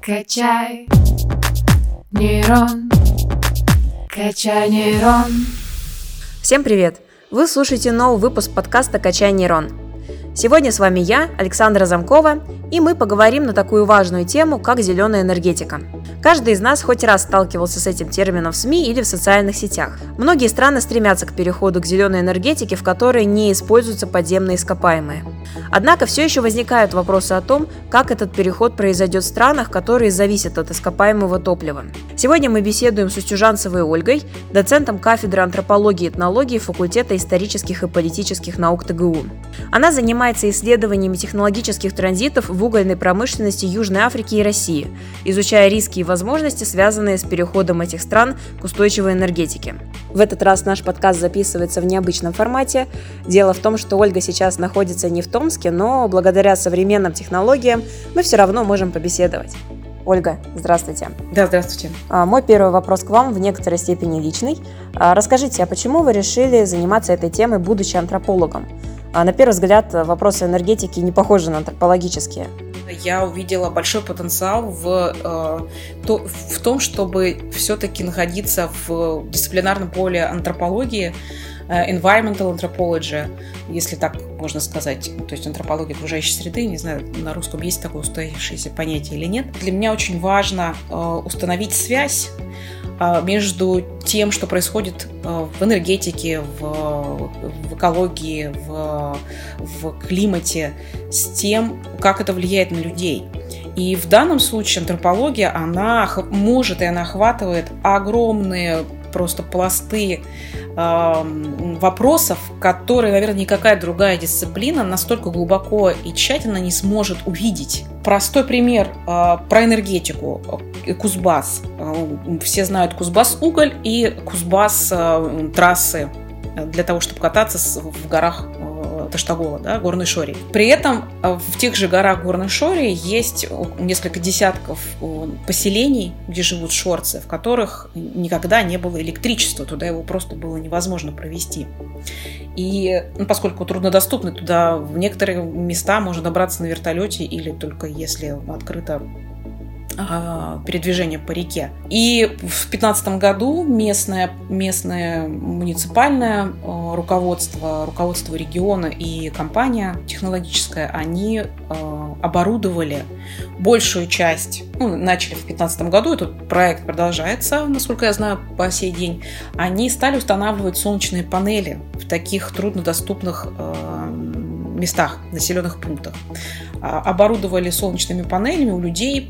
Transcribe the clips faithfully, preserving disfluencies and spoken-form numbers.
Качай нейрон, качай нейрон. Всем привет! Вы слушаете новый выпуск подкаста «Качай нейрон». Сегодня с вами я, Александра Замкова, и мы поговорим на такую важную тему, как зеленая энергетика. Каждый из нас хоть раз сталкивался с этим термином в СМИ или в социальных сетях. Многие страны стремятся к переходу к зеленой энергетике, в которой не используются подземные ископаемые. Однако все еще возникают вопросы о том, как этот переход произойдет в странах, которые зависят от ископаемого топлива. Сегодня мы беседуем с Устюжанцевой Ольгой, доцентом кафедры антропологии и этнологии факультета исторических и политических наук ТГУ. Она занимается исследованиями технологических транзитов в угольной промышленности Южной Африки и России, изучая риски и возможности, связанные с переходом этих стран к устойчивой энергетике. В этот раз наш подкаст записывается в необычном формате. Дело в том, что Ольга сейчас находится не в Томске, но благодаря современным технологиям мы все равно можем побеседовать. Ольга, здравствуйте. Да, здравствуйте. Мой первый вопрос к вам в некоторой степени личный. Расскажите, а почему вы решили заниматься этой темой, будучи антропологом? На первый взгляд, вопросы энергетики не похожи на антропологические. Я увидела большой потенциал в, э, то, в том, чтобы все-таки находиться в дисциплинарном поле антропологии, э, environmental anthropology, если так можно сказать, то есть антропология окружающей среды, не знаю, на русском есть такое устоявшееся понятие или нет. Для меня очень важно э, установить связь между тем, что происходит в энергетике, в, в экологии, в, в климате, с тем, как это влияет на людей. И в данном случае антропология, она может и она охватывает огромные просто пласты э, вопросов, которые, наверное, никакая другая дисциплина настолько глубоко и тщательно не сможет увидеть. Простой пример э, про энергетику. Кузбасс. Э, все знают Кузбасс-Уголь и Кузбасс-трассы э, для того, чтобы кататься с, в горах Таштагола, да, Горной Шории. При этом в тех же горах Горной Шории есть несколько десятков поселений, где живут шорцы, в которых никогда не было электричества, туда его просто было невозможно провести. И ну, поскольку труднодоступны, туда в некоторые места можно добраться на вертолете или только если открыто передвижение по реке. И в две тысячи пятнадцатом году местное, местное муниципальное руководство, руководство региона и компания технологическая, они оборудовали большую часть, ну, начали в две тысячи пятнадцатом году, этот проект продолжается, насколько я знаю, по сей день, они стали устанавливать солнечные панели в таких труднодоступных местах, населенных пунктах. Оборудовали солнечными панелями, у людей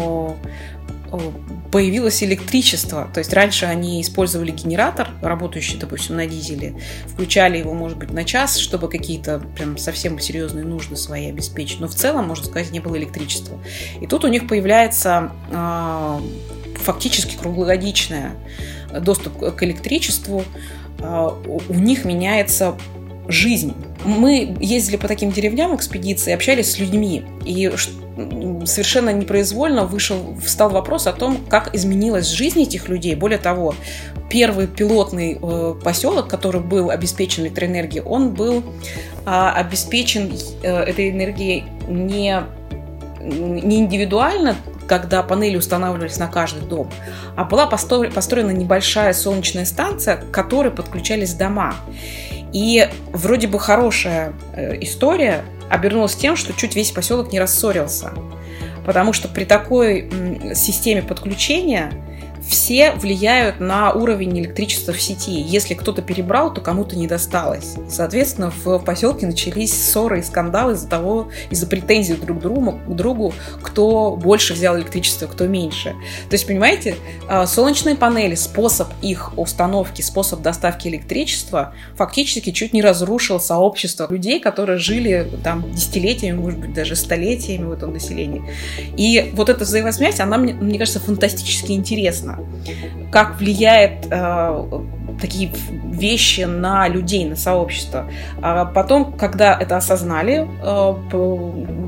появилось электричество. То есть раньше они использовали генератор, работающий, допустим, на дизеле, включали его, может быть, на час, чтобы какие-то прям совсем серьезные нужды свои обеспечить. Но в целом, можно сказать, не было электричества. И тут у них появляется фактически круглогодичный доступ к электричеству. У них меняется жизнь. Мы ездили по таким деревням экспедиции, общались с людьми, и совершенно непроизвольно вышел, встал вопрос о том, как изменилась жизнь этих людей. Более того, первый пилотный э, поселок, который был обеспечен электроэнергией, он был э, обеспечен э, этой энергией не, не индивидуально, когда панели устанавливались на каждый дом, а была построена небольшая солнечная станция, к которой подключались дома. И вроде бы хорошая история обернулась тем, что чуть весь поселок не рассорился. Потому что при такой системе подключения все влияют на уровень электричества в сети. Если кто-то перебрал, то кому-то не досталось. Соответственно, в поселке начались ссоры и скандалы из-за того, из-за претензий друг к другу, к другу, кто больше взял электричество, кто меньше. То есть, понимаете, солнечные панели, способ их установки, способ доставки электричества фактически чуть не разрушил сообщество людей, которые жили там десятилетиями, может быть, даже столетиями в этом населении. И вот эта взаимосвязь, она, мне, мне кажется, фантастически интересна. Как влияет э, такие вещи на людей, на сообщество. А потом, когда это осознали, э,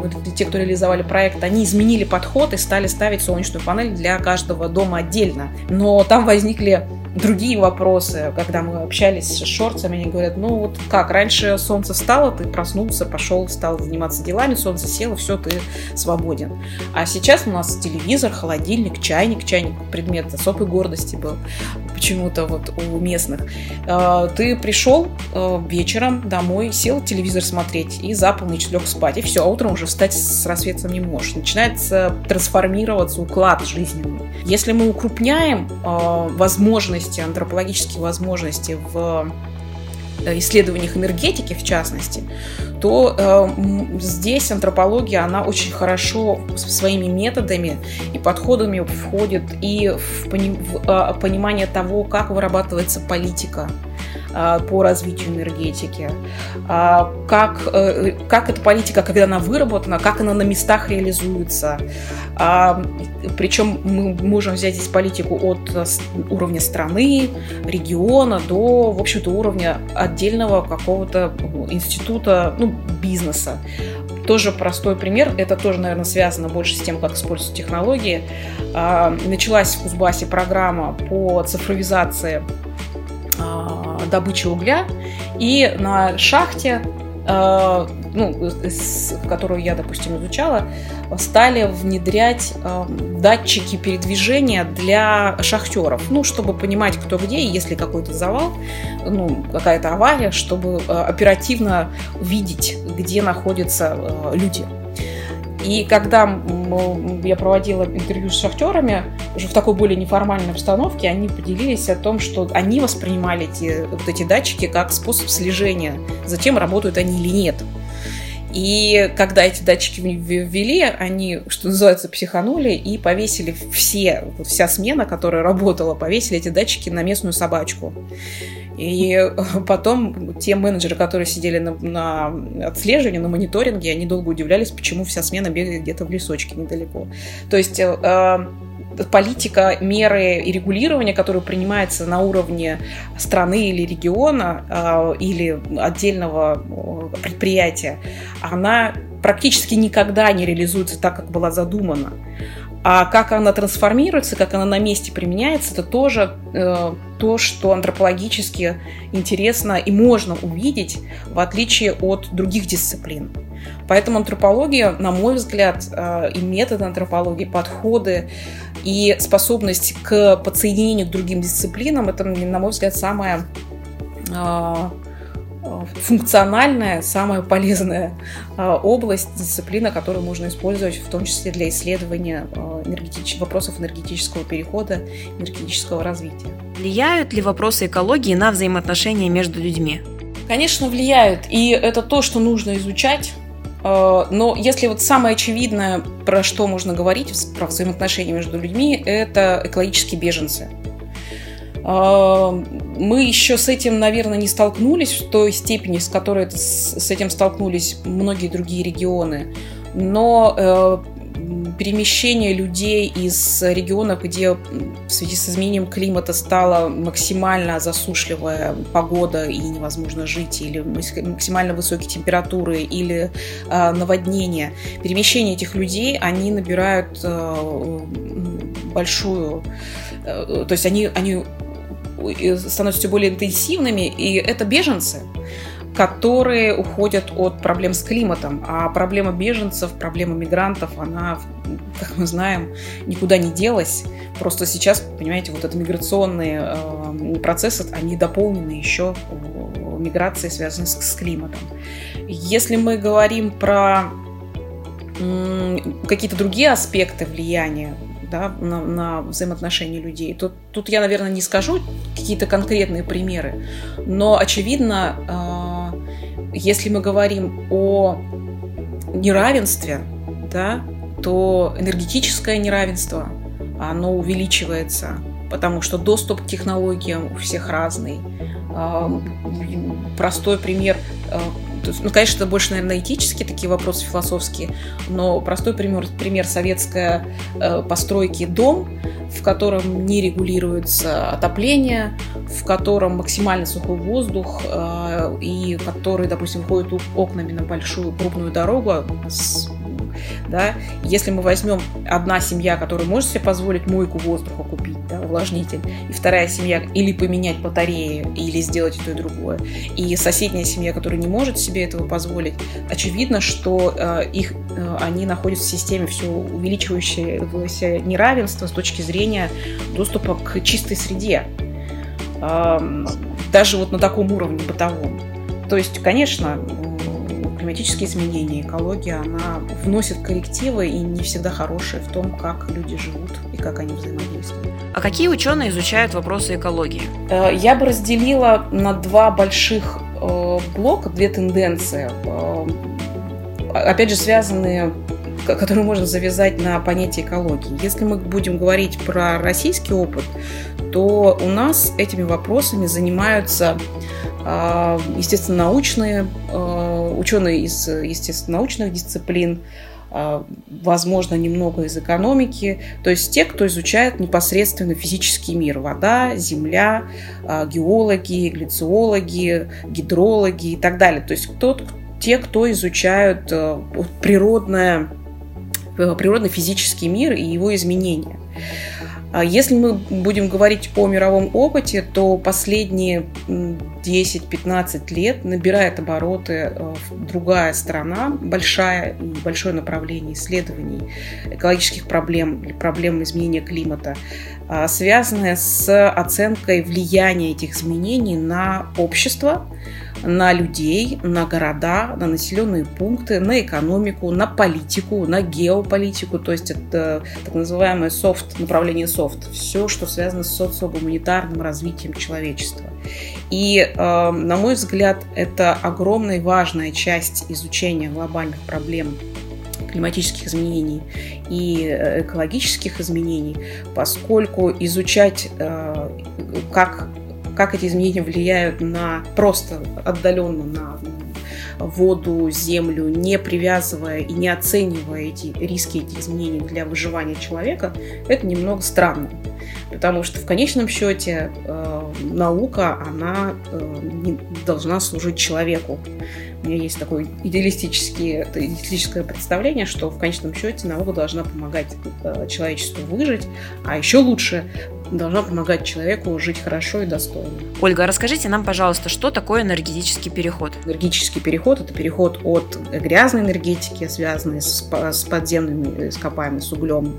те, кто реализовали проект, они изменили подход и стали ставить солнечную панель для каждого дома отдельно. Но там возникли другие вопросы, когда мы общались с шорцами, они говорят, ну вот как, раньше солнце встало, ты проснулся, пошел, стал заниматься делами, солнце село, все, ты свободен. А сейчас у нас телевизор, холодильник, чайник, чайник предмет особой гордости был почему-то вот у местных. Ты пришел вечером домой, сел телевизор смотреть и за полночь лег спать, и все, а утром уже встать с рассветом не можешь. Начинается трансформироваться уклад жизненный. Если мы укрупняем возможности, антропологические возможности в исследованиях энергетики, в частности, то э, здесь антропология, она очень хорошо своими методами и подходами входит и в, пони- в э, понимание того, как вырабатывается политика э, по развитию энергетики, э, как, э, как эта политика, когда она выработана, как она на местах реализуется. Э, причем мы можем взять здесь политику от уровня страны, региона до, в общем-то, уровня отдельного какого-то института, ну, бизнеса. Тоже простой пример, это тоже, наверное, связано больше с тем, как используются технологии. Началась в Кузбассе программа по цифровизации добычи угля, и на шахте, ну, которую я, допустим, изучала, стали внедрять э, датчики передвижения для шахтеров, ну, чтобы понимать, кто где, и если какой-то завал, ну, какая-то авария, чтобы э, оперативно видеть, где находятся э, люди. И когда я проводила интервью с шахтерами, уже в такой более неформальной обстановке, они поделились о том, что они воспринимали эти, вот эти датчики как способ слежения за тем, работают они или нет. И когда эти датчики ввели, они, что называется, психанули и повесили все, вся смена, которая работала, повесили эти датчики на местную собачку. И потом те менеджеры, которые сидели на, на отслеживании, на мониторинге, они долго удивлялись, почему вся смена бегает где-то в лесочке недалеко. То есть э, политика, меры и регулирование, которые принимаются на уровне страны или региона э, или отдельного предприятия, она практически никогда не реализуется так, как была задумана. А как она трансформируется, как она на месте применяется, это тоже э, то, что антропологически интересно и можно увидеть, в отличие от других дисциплин. Поэтому антропология, на мой взгляд, э, и методы антропологии, подходы и способность к подсоединению к другим дисциплинам, это, на мой взгляд, самое э, функциональная, самая полезная область, дисциплина, которую можно использовать в том числе для исследования энергетич... вопросов энергетического перехода, энергетического развития. Влияют ли вопросы экологии на взаимоотношения между людьми? Конечно, влияют, и это то, что нужно изучать. Но если вот самое очевидное, про что можно говорить, про взаимоотношения между людьми, это экологические беженцы. Мы еще с этим, наверное, не столкнулись в той степени, с которой с этим столкнулись многие другие регионы. Но э, перемещение людей из регионов, где в связи с изменением климата стала максимально засушливая погода и невозможно жить, или максимально высокие температуры, или э, наводнения, перемещение этих людей, они набирают э, большую... Э, то есть они... они становятся все более интенсивными, и это беженцы, которые уходят от проблем с климатом. А проблема беженцев, проблема мигрантов, она, как мы знаем, никуда не делась. Просто сейчас, понимаете, вот это миграционные э, процессы, они дополнены еще миграцией, связанной с, с климатом. Если мы говорим про э, какие-то другие аспекты влияния, да, на, на взаимоотношения людей, то тут я, наверное, не скажу какие-то конкретные примеры, но, очевидно, э, если мы говорим о неравенстве, да, то энергетическое неравенство, оно увеличивается, потому что доступ к технологиям у всех разный. Э, простой пример э, Ну, конечно, это больше, наверное, этические такие вопросы, философские, но простой пример, пример советской э, постройки дом, в котором не регулируется отопление, в котором максимально сухой воздух, э, и который, допустим, входит окнами на большую крупную дорогу с Да? Если мы возьмем одна семья, которая может себе позволить мойку воздуха купить, да, увлажнитель, и вторая семья или поменять батареи, или сделать и то, и другое, и соседняя семья, которая не может себе этого позволить, очевидно, что э, их, э, они находятся в системе все увеличивающегося неравенства с точки зрения доступа к чистой среде. Э, даже вот на таком уровне бытовом. То есть, конечно, климатические изменения, экология, она вносит коррективы и не всегда хорошие в том, как люди живут и как они взаимодействуют. А какие ученые изучают вопросы экологии? Я бы разделила на два больших блока, две тенденции, опять же, связанные, которые можно завязать на понятие экологии. Если мы будем говорить про российский опыт, то у нас этими вопросами занимаются, естественно, научные ученые из естественно-научных дисциплин, возможно, немного из экономики, то есть те, кто изучает непосредственно физический мир: вода, земля, геологи, глициологи, гидрологи и так далее. То есть тот, те, кто изучают природное, природно-физический мир и его изменения. Если мы будем говорить о мировом опыте, то последние десять-пятнадцать лет набирает обороты другая сторона, большая, большое направление исследований экологических проблем или проблем изменения климата, связанное с оценкой влияния этих изменений на общество, на людей, на города, на населенные пункты, на экономику, на политику, на геополитику, то есть это так называемое софт, направление софт, все, что связано с социогуманитарным развитием человечества. И, э, на мой взгляд, это огромная и важная часть изучения глобальных проблем климатических изменений и экологических изменений, поскольку изучать, э, как как эти изменения влияют на просто отдаленно на воду, землю, не привязывая и не оценивая эти риски, эти изменений для выживания человека, это немного странно. Потому что в конечном счете э, наука, она э, не должна служить человеку. У меня есть такое идеалистическое, идеалистическое представление, что в конечном счете наука должна помогать э, человечеству выжить, а еще лучше должна помогать человеку жить хорошо и достойно. Ольга, расскажите нам, пожалуйста, что такое энергетический переход? Энергетический переход – это переход от грязной энергетики, связанной с, с подземными ископаемыми, с углем,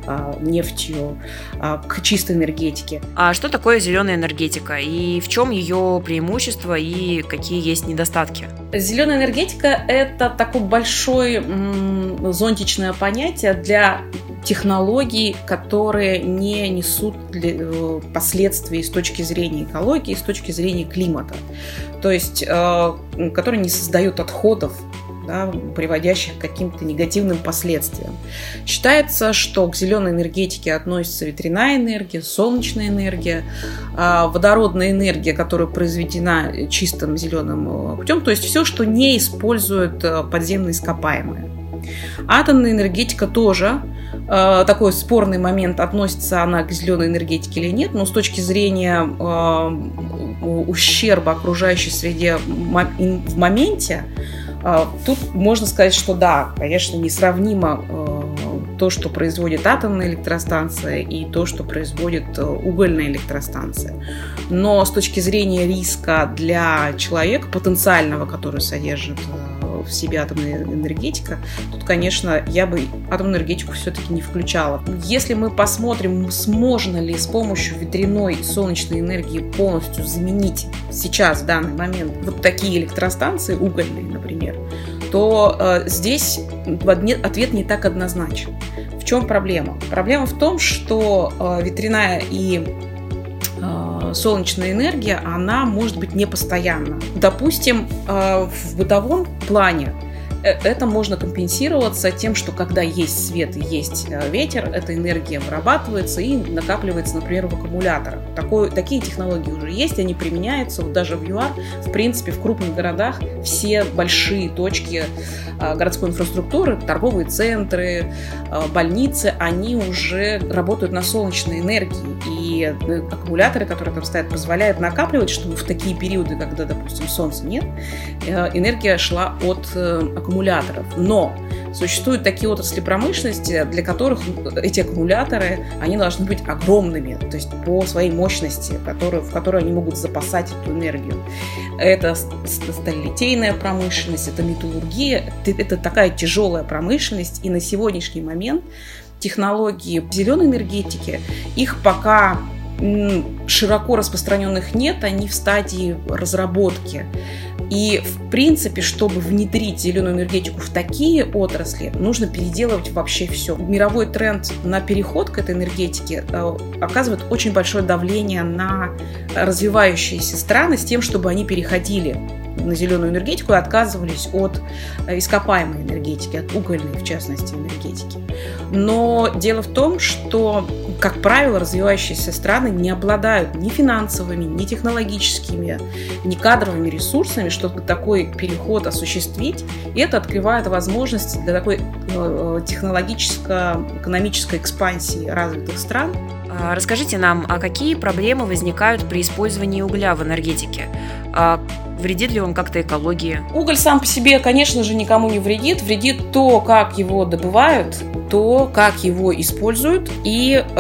нефтью, к чистой энергетике. А что такое зеленая энергетика? И в чем ее преимущества и какие есть недостатки? Зеленая энергетика – это такое большое м, зонтичное понятие для технологий, которые не несут последствий с точки зрения экологии, с точки зрения климата. То есть, э, которые не создают отходов, да, приводящих к каким-то негативным последствиям. Считается, что к зеленой энергетике относится ветряная энергия, солнечная энергия, э, водородная энергия, которая произведена чистым зеленым путем, то есть все, что не использует подземные ископаемые. Атомная энергетика тоже э, такой спорный момент, относится она к зеленой энергетике или нет, но с точки зрения э, ущерба окружающей среде в моменте, э, тут можно сказать, что да, конечно, несравнимо э, то, что производит атомная электростанция, и то, что производит угольная электростанция. Но с точки зрения риска для человека, потенциального, который содержит в себе атомная энергетика, тут, конечно, я бы атомную энергетику все-таки не включала. Если мы посмотрим, можно ли с помощью ветряной и солнечной энергии полностью заменить сейчас, в данный момент, вот такие электростанции, угольные, например, то э, здесь ответ не так однозначен. В чем проблема? Проблема в том, что э, ветряная и э, солнечная энергия, она может быть непостоянна. Допустим, э, в бытовом плане это можно компенсироваться тем, что когда есть свет и есть ветер, эта энергия вырабатывается и накапливается, например, в аккумуляторах. Такое, такие технологии уже есть, они применяются. Вот даже в ЮАР, в принципе, в крупных городах все большие точки городской инфраструктуры, торговые центры, больницы, они уже работают на солнечной энергии. И аккумуляторы, которые там стоят, позволяют накапливать, чтобы в такие периоды, когда, допустим, солнца нет, энергия шла от аккумуляторов. Но Существуют такие отрасли промышленности, для которых эти аккумуляторы, они должны быть огромными, то есть по своей мощности, которые, в которой они могут запасать эту энергию. Это сталелитейная промышленность, это металлургия, это такая тяжелая промышленность, и на сегодняшний момент технологии зеленой энергетики, их пока широко распространенных нет, они в стадии разработки. И, в принципе, чтобы внедрить зеленую энергетику в такие отрасли, нужно переделывать вообще все. Мировой тренд на переход к этой энергетике оказывает очень большое давление на развивающиеся страны с тем, чтобы они переходили на зеленую энергетику и отказывались от ископаемой энергетики, от угольной, в частности, энергетики. Но дело в том, что, как правило, развивающиеся страны не обладают ни финансовыми, ни технологическими, ни кадровыми ресурсами, чтобы такой переход осуществить. И это открывает возможности для такой технологическо-экономической экспансии развитых стран. Расскажите нам, а какие проблемы возникают при использовании угля в энергетике? Вредит ли он как-то экологии? Уголь сам по себе, конечно же, никому не вредит. Вредит то, как его добывают, то, как его используют. И э,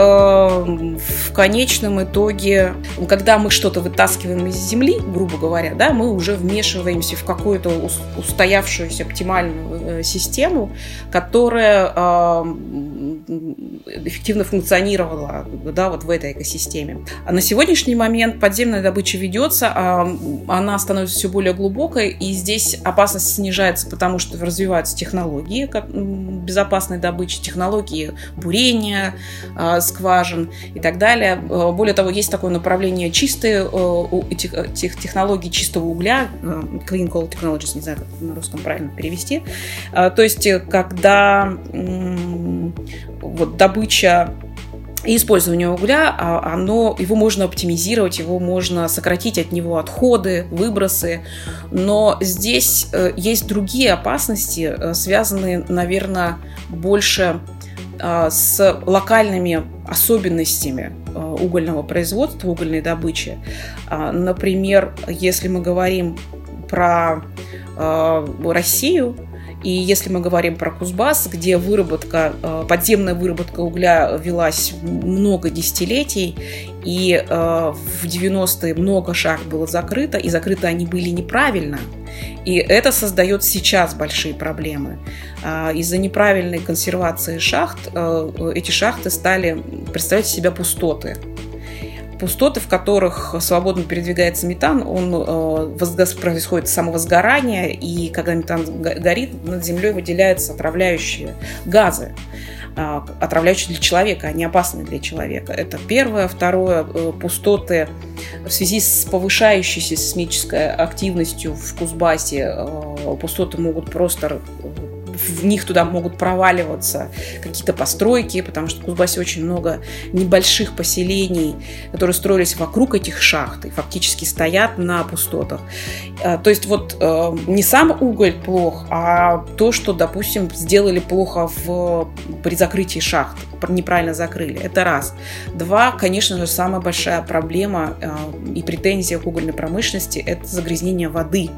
в конечном итоге, когда мы что-то вытаскиваем из земли, грубо говоря, да, мы уже вмешиваемся в какую-то устоявшуюся оптимальную систему, которая э, эффективно функционировала, да, вот в этой экосистеме. А на сегодняшний момент подземная добыча ведется, а она становится все более глубокой, и здесь опасность снижается, потому что развиваются технологии как безопасной добычи, технологии бурения э, скважин и так далее. Более того, есть такое направление чистые э, этих, тех, технологий чистого угля, э, clean coal technologies, не знаю, как на русском правильно перевести. Э, то есть, когда э, вот добыча и использование угля, оно, его можно оптимизировать, его можно сократить от него отходы, выбросы. Но здесь есть другие опасности, связанные, наверное, больше с локальными особенностями угольного производства, угольной добычи. Например, если мы говорим про Россию, и если мы говорим про Кузбасс, где выработка, подземная выработка угля велась много десятилетий, и в девяностые много шахт было закрыто, и закрыты они были неправильно, и это создает сейчас большие проблемы. Из-за неправильной консервации шахт эти шахты стали представлять из себя пустоты. Пустоты, в которых свободно передвигается метан, он, э, происходит самовозгорание, и когда метан горит, над землей выделяются отравляющие газы, э, отравляющие для человека, они опасны для человека. Это первое. Второе, э, пустоты в связи с повышающейся сейсмической активностью в Кузбассе, э, пустоты могут просто... в них туда могут проваливаться какие-то постройки, потому что в Кузбассе очень много небольших поселений, которые строились вокруг этих шахт и фактически стоят на пустотах. То есть вот не сам уголь плох, а то, что, допустим, сделали плохо в, при закрытии шахт, неправильно закрыли. Это раз. Два, конечно же, самая большая проблема и претензия к угольной промышленности – это загрязнение воды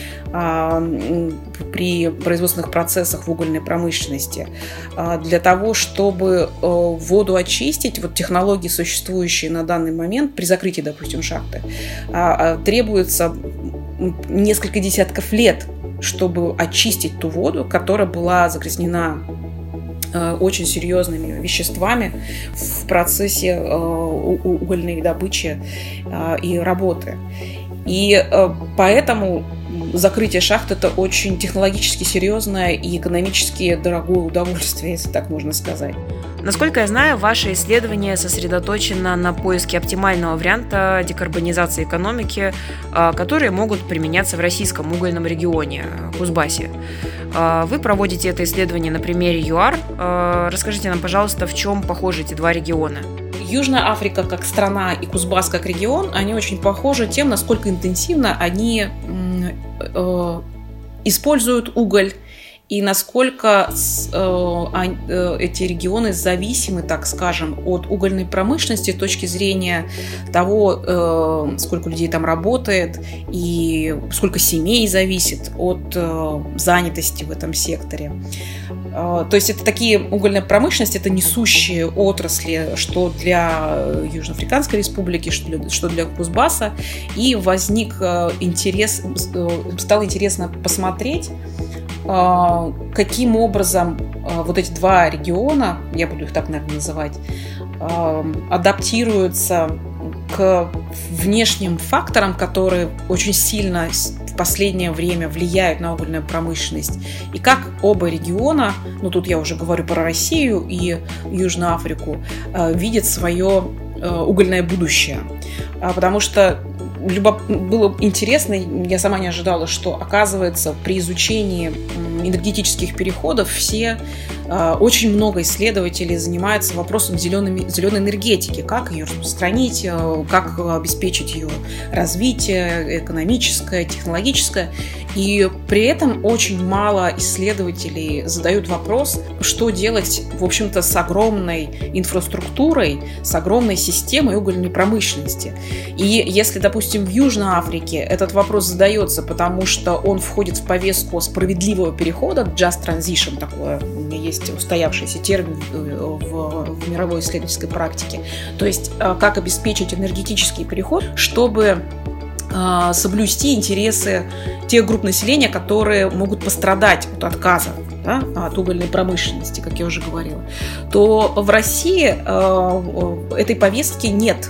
при производственных процессах в угольной промышленности. Для того, чтобы воду очистить, вот технологии, существующие на данный момент при закрытии, допустим, шахты, требуется несколько десятков лет, чтобы очистить ту воду, которая была загрязнена очень серьезными веществами в процессе угольной добычи и работы. И поэтому закрытие шахт – это очень технологически серьезное и экономически дорогое удовольствие, если так можно сказать. Насколько я знаю, ваше исследование сосредоточено на поиске оптимального варианта декарбонизации экономики, которые могут применяться в российском угольном регионе, Кузбассе. Вы проводите это исследование на примере ЮАР. Расскажите нам, пожалуйста, в чем похожи эти два региона? Южная Африка как страна и Кузбасс как регион, они очень похожи тем, насколько интенсивно они э, используют уголь и насколько э, эти регионы зависимы, так скажем, от угольной промышленности с точки зрения того, э, сколько людей там работает и сколько семей зависит от э, занятости в этом секторе. То есть это такие угольная промышленность, это несущие отрасли, что для Южноафриканской республики, что для, что для Кузбасса. И возник интерес, стало интересно посмотреть, каким образом вот эти два региона, я буду их так, наверное, называть, адаптируются к внешним факторам, которые очень сильно в последнее время влияют на угольную промышленность, и как оба региона, ну тут я уже говорю про Россию и Южную Африку, видят свое угольное будущее. Потому что было интересно, я сама не ожидала, что, оказывается, при изучении энергетических переходов все, очень много исследователей занимаются вопросом зеленой, зеленой энергетики, как ее распространить, как обеспечить ее развитие экономическое, технологическое. И при этом очень мало исследователей задают вопрос, что делать, в общем-то, с огромной инфраструктурой, с огромной системой угольной промышленности. И если, допустим, в Южной Африке этот вопрос задается, потому что он входит в повестку справедливого перехода, just transition, такое у меня есть устоявшийся термин в, в мировой исследовательской практике, то есть как обеспечить энергетический переход, чтобы соблюсти интересы тех групп населения, которые могут пострадать от отказа, да, от угольной промышленности, как я уже говорила, то в России э, этой повестки нет.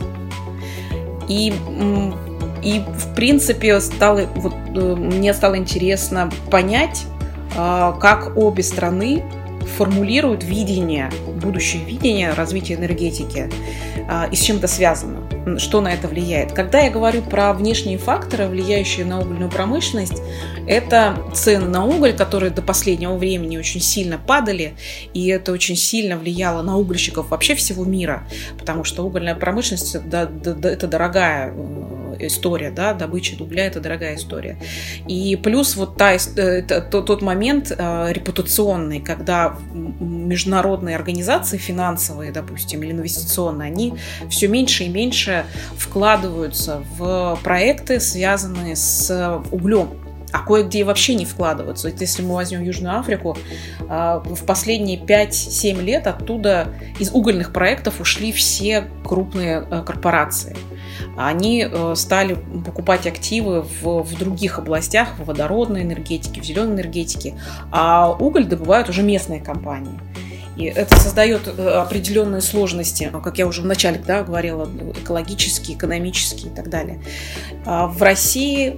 И, и в принципе, стало, вот, мне стало интересно понять, э, как обе страны формулируют видение, будущее видение развития энергетики, э, и с чем это связано. Что на это влияет. Когда я говорю про внешние факторы, влияющие на угольную промышленность, это цены на уголь, которые до последнего времени очень сильно падали, и это очень сильно влияло на угольщиков вообще всего мира, потому что угольная промышленность да, да, да, это дорогая история, да, добыча угля – это дорогая история. И плюс вот та, это, тот, тот момент э, репутационный, когда международные организации финансовые, допустим, или инвестиционные, они все меньше и меньше вкладываются в проекты, связанные с углем, а кое-где и вообще не вкладываются. Вот если мы возьмем Южную Африку, в последние пять-семь лет оттуда из угольных проектов ушли все крупные корпорации. Они стали покупать активы в, в других областях, в водородной энергетике, в зеленой энергетике, а уголь добывают уже местные компании. И это создает определенные сложности, как я уже вначале да, говорила, экологические, экономические и так далее. В России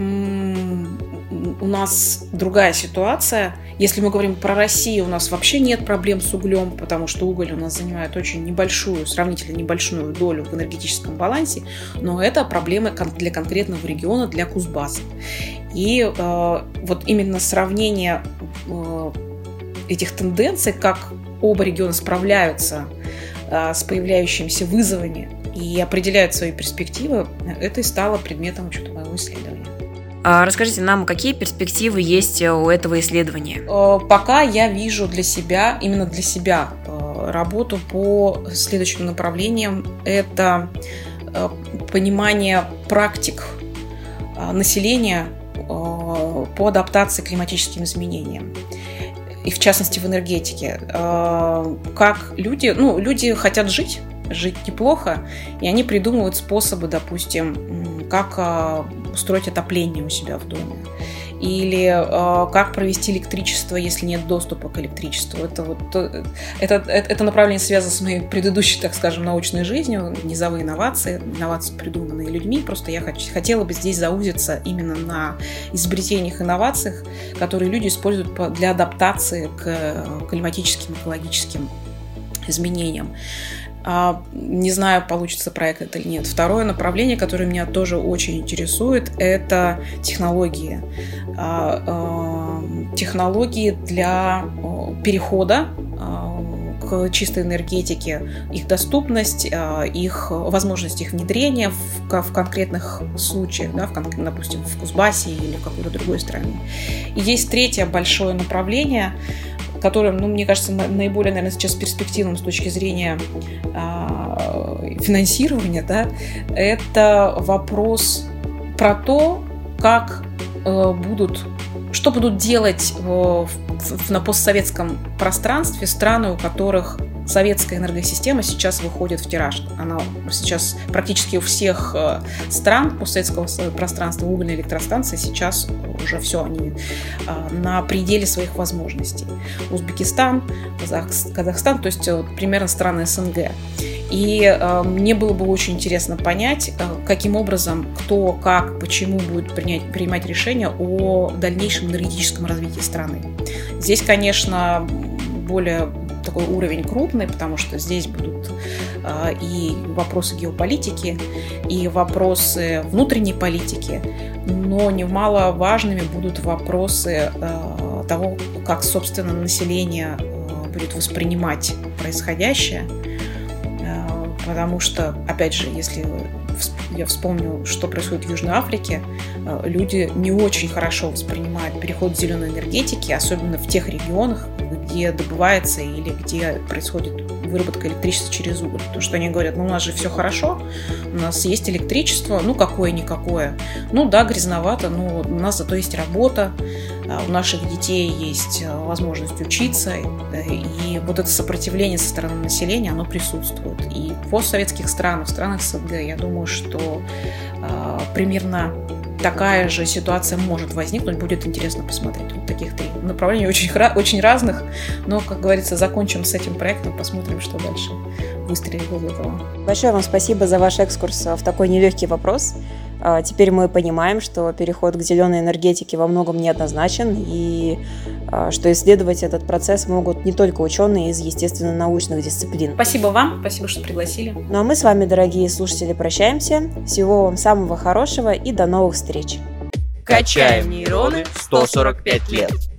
у нас другая ситуация. Если мы говорим про Россию, у нас вообще нет проблем с углем, потому что уголь у нас занимает очень небольшую, сравнительно небольшую долю в энергетическом балансе, но это проблемы для конкретного региона, для Кузбасса. И э, вот именно сравнение э, этих тенденций, как оба региона справляются э, с появляющимися вызовами и определяют свои перспективы, это и стало предметом учета моего исследования. Расскажите нам, какие перспективы есть у этого исследования? Пока я вижу для себя, именно для себя, работу по следующим направлениям. Это понимание практик населения по адаптации к климатическим изменениям. И в частности в энергетике. Как люди, ну, люди хотят жить, жить неплохо, и они придумывают способы, допустим, как устроить отопление у себя в доме, или э, как провести электричество, если нет доступа к электричеству. Это, вот, это, это, это направление связано с моей предыдущей, так скажем, научной жизнью, низовые инновации, инновации, придуманные людьми. Просто я хот- хотела бы здесь заузиться именно на изобретениях, инновациях, которые люди используют по, для адаптации к климатическим, экологическим изменениям. Не знаю, получится проект это или нет. Второе направление, которое меня тоже очень интересует, это технологии. Технологии для перехода к чистой энергетике, их доступность, их возможность их внедрения в, в конкретных случаях, да, в, допустим, в Кузбассе или в какой-то другой стране. И есть третье большое направление, которым, ну, мне кажется, наиболее, наверное, сейчас перспективным с точки зрения э, финансирования, да, это вопрос про то, как э, будут Что будут делать в, в, на постсоветском пространстве страны, у которых советская энергосистема сейчас выходит в тираж? Она сейчас практически у всех стран постсоветского пространства угольные электростанции сейчас уже все, они на пределе своих возможностей. Узбекистан, Казахстан, то есть примерно страны СНГ. И э, мне было бы очень интересно понять, э, каким образом, кто, как, почему будет принять, принимать решение о дальнейшем энергетическом развитии страны. Здесь, конечно, более такой уровень крупный, потому что здесь будут э, и вопросы геополитики, и вопросы внутренней политики, но немаловажными будут вопросы э, того, как, собственно, население э, будет воспринимать происходящее. Потому что, опять же, если я вспомню, что происходит в Южной Африке, люди не очень хорошо воспринимают переход к зеленой энергетике, особенно в тех регионах, где добывается или где происходит выработка электричества через уголь. Потому что они говорят, ну у нас же все хорошо, у нас есть электричество, ну какое-никакое. Ну да, грязновато, но у нас зато есть работа, у наших детей есть возможность учиться, и вот это сопротивление со стороны населения, оно присутствует. И в постсоветских странах, в странах СНГ, я думаю, что э, примерно такая же ситуация может возникнуть, будет интересно посмотреть. Вот таких три направления очень, очень разных, но, как говорится, закончим с этим проектом, посмотрим, что дальше выстрелит из этого. Большое вам спасибо за ваш экскурс в такой нелегкий вопрос. Теперь мы понимаем, что переход к зеленой энергетике во многом неоднозначен, и что исследовать этот процесс могут не только ученые из естественно-научных дисциплин. Спасибо вам, спасибо, что пригласили. Ну а мы с вами, дорогие слушатели, прощаемся. Всего вам самого хорошего и до новых встреч. Качаем нейроны сто сорок пять лет.